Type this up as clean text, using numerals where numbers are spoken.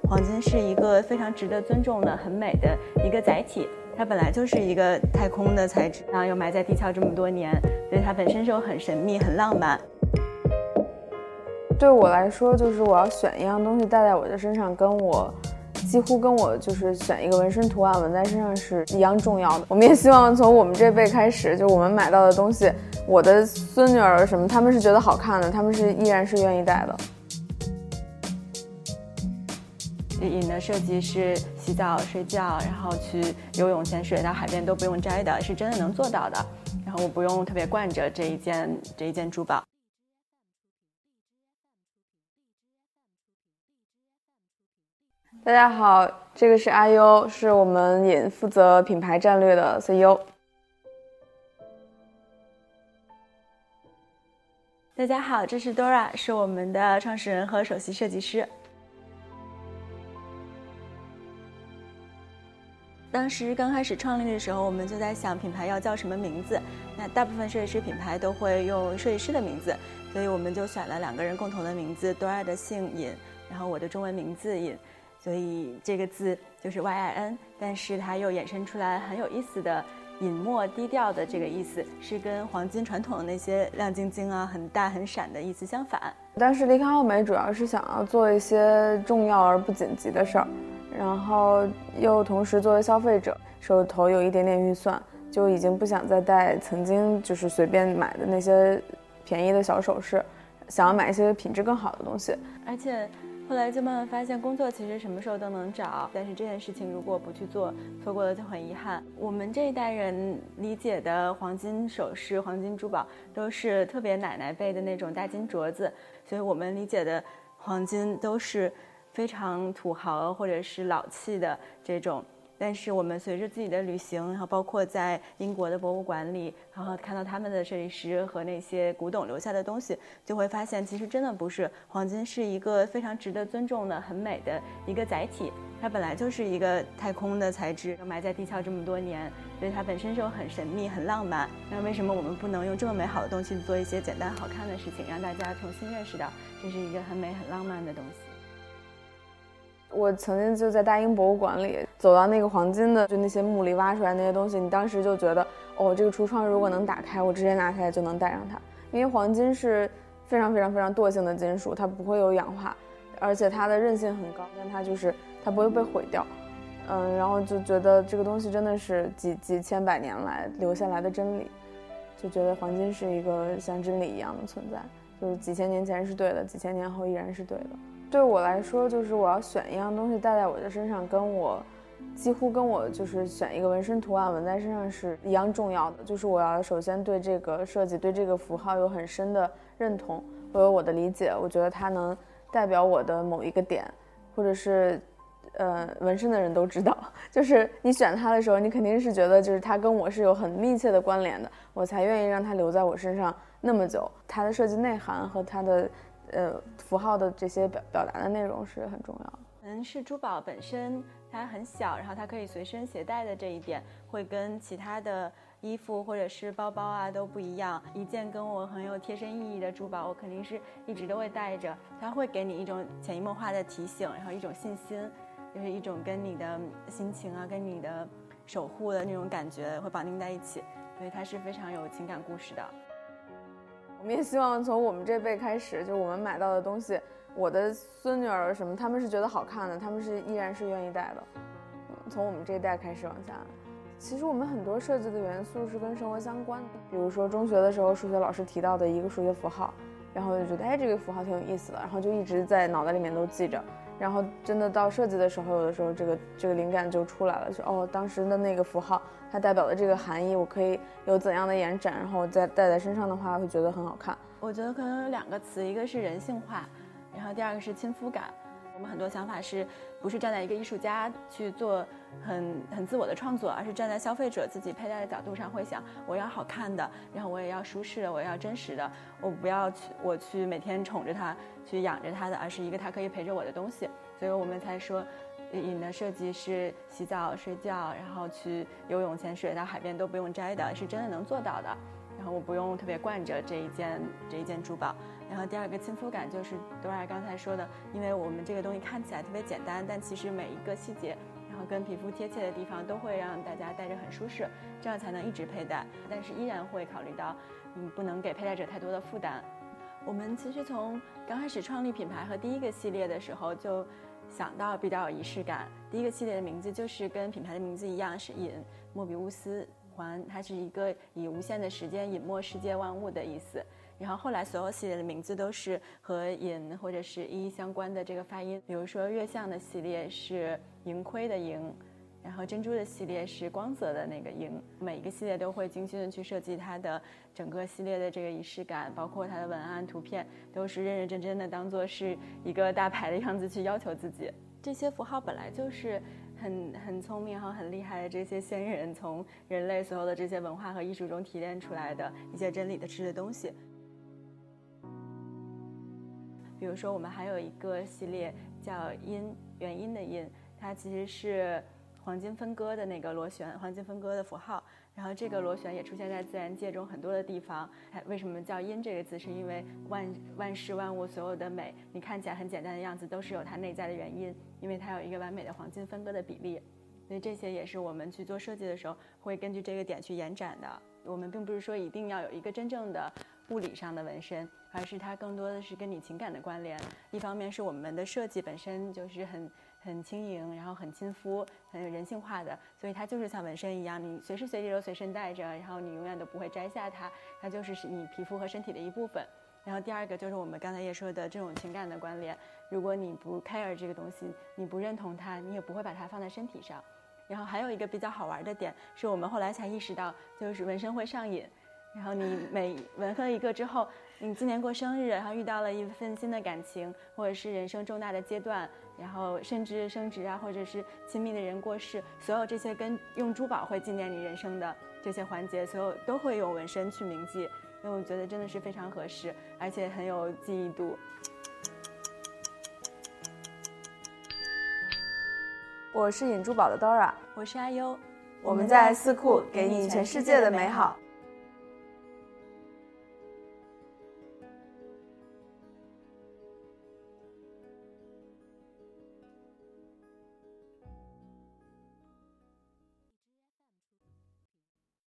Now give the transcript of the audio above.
黄金是一个非常值得尊重的、很美的一个载体，它本来就是一个太空的材质，然后又埋在地壳这么多年，所以它本身就很神秘、很浪漫。 对我来说，就是我要选一样东西戴在我的身上，几乎跟我就是选一个纹身图案纹在身上是一样重要的。我们也希望从我们这辈开始，就我们买到的东西，我的孙女儿什么，他们是觉得好看的，他们是依然是愿意戴的。 影的设计是洗澡、睡觉，然后去游泳、潜水到海边都不用摘的，是真的能做到的。然后我不用特别惯着这一件珠宝。 大家好，这个是阿优，是我们影负责品牌战略的 CEO。 大家好，这是 Dora， 是我们的创始人和首席设计师。当时刚开始创立的时候，我们就在想品牌要叫什么名字。那大部分设计师品牌都会用设计师的名字，所以我们就选了2个人共同的名字 ，Dora 的姓尹，然后我的中文名字尹，所以这个字就是 YIN， 但是它又衍生出来很有意思的隐没低调的这个意思，是跟黄金传统的那些亮晶晶啊、很大很闪的意思相反。 当时离开奥美主要是想要做一些重要而不紧急的事儿。然后又同时作为消费者手头有一点点预算，就已经不想再戴曾经就是随便买的那些便宜的小首饰，想要买一些品质更好的东西。 而且后来就慢慢发现，工作其实什么时候都能找，但是这件事情如果不去做，错过了就很遗憾。我们这一代人理解的黄金首饰、黄金珠宝都是特别奶奶辈的那种大金镯子，所以我们理解的黄金都是非常土豪或者是老气的这种。但是我们随着自己的旅行，然后包括在英国的博物馆里，然后看到他们的设计师和那些古董留下的东西，就会发现其实真的不是，黄金是一个非常值得尊重的、很美的一个载体。它本来就是一个太空的材质，埋在地壳这么多年，所以它本身就很神秘、很浪漫。那为什么我们不能用这么美好的东西做一些简单好看的事情，让大家重新认识到这是一个很美、很浪漫的东西？ 我曾经就在大英博物馆里走到那个黄金的，就那些墓里挖出来那些东西，你当时就觉得，哦，这个橱窗如果能打开，我直接拿下来就能戴上它。因为黄金是非常非常非常惰性的金属，它不会有氧化，而且它的韧性很高，但它不会被毁掉。然后就觉得这个东西真的是几千百年来留下来的真理，就觉得黄金是一个像真理一样的存在，就是几千年前是对的，几千年后依然是对的。对我来说，就是我要选一样东西戴在我的身上，几乎跟我就是选一个纹身图案纹在身上是一样重要的。就是我要首先对这个设计、对这个符号有很深的认同，我有我的理解，我觉得它能代表我的某一个点，或者是纹身的人都知道，就是你选它的时候，你肯定是觉得就是它跟我是有很密切的关联的，我才愿意让它留在我身上那么久。它的设计内涵和它的符号的这些表达的内容是很重要的。 可能是珠宝本身它很小，然后它可以随身携带的这一点，会跟其他的衣服或者是包包啊都不一样。一件跟我很有贴身意义的珠宝，我肯定是一直都会带着，它会给你一种潜移默化的提醒，然后一种信心，就是一种跟你的心情啊，跟你的守护的那种感觉会绑定在一起，所以它是非常有情感故事的。 我们也希望从我们这辈开始，就我们买到的东西，我的孙女儿什么，他们是觉得好看的，他们是依然是愿意戴的。从我们这一代开始往下，其实我们很多设计的元素是跟生活相关的，比如说中学的时候数学老师提到的一个数学符号，然后就觉得哎这个符号挺有意思的，然后就一直在脑袋里面都记着。然后真的到设计的时候，有的时候这个灵感就出来了，就哦当时的那个符号它代表的这个含义，我可以有怎样的延展，然后再戴在身上的话会觉得很好看。 我觉得可能有2个词，一个是人性化，然后第2个是亲肤感。我们很多想法是不是站在一个艺术家去做很自我的创作，而是站在消费者自己佩戴的角度上，会想我要好看的，然后我也要舒适的，我也要真实的，我不要去每天宠着它，去养着它的，而是一个它可以陪着我的东西。所以我们才说影的设计是洗澡、睡觉，然后去游泳、潜水到海边都不用摘的，是真的能做到的。 然后我不用特别惯着这一件珠宝。然后第二个亲肤感就是Dora刚才说的，因为我们这个东西看起来特别简单，但其实每一个细节然后跟皮肤贴切的地方都会让大家戴着很舒适，这样才能一直佩戴，但是依然会考虑到不能给佩戴者太多的负担。我们其实从刚开始创立品牌和第一个系列的时候就想到比较有仪式感。第一个系列的名字就是跟品牌的名字一样，是隐莫比乌斯环，它是一个以无限的时间隐没世界万物的意思。然后后来所有系列的名字都是和隐或者是一相关的这个发音，比如说月相的系列是盈亏的盈，然后珍珠的系列是光泽的那个盈。每一个系列都会精心的去设计它的整个系列的这个仪式感，包括它的文案图片都是认认真真的当做是一个大牌的样子去要求自己。这些符号本来就是很聪明和很厉害的这些先人从人类所有的这些文化和艺术中提炼出来的一些真理的吃的东西。比如说我们还有一个系列叫音，元音的音，它其实是黄金分割的那个螺旋，黄金分割的符号，然后这个螺旋也出现在自然界中很多的地方。为什么叫音这个字，是因为万事万物所有的美，你看起来很简单的样子都是有它内在的原因，因为它有一个完美的黄金分割的比例。所以这些也是我们去做设计的时候会根据这个点去延展的。我们并不是说一定要有一个真正的物理上的纹身，而是它更多的是跟你情感的关联。一方面是我们的设计本身就是很轻盈，然后很亲肤，很有人性化的，所以它就是像纹身一样，你随时随地都随身带着，然后你永远都不会摘下它，它就是你皮肤和身体的一部分。然后第二个就是我们刚才也说的这种情感的关联，如果你不 care 这个东西，你不认同它，你也不会把它放在身体上。然后还有一个比较好玩的点，是我们后来才意识到，就是纹身会上瘾。然后你每纹了一个之后，你今年过生日，然后遇到了一份新的感情，或者是人生重大的阶段，然后甚至升职啊，或者是亲密的人过世，所有这些跟用珠宝会纪念你人生的这些环节，所有都会用纹身去铭记，因为我觉得真的是非常合适，而且很有记忆度。 我是隐珠宝的 Dora， 我是阿优， 我们在四库给你全世界的美好。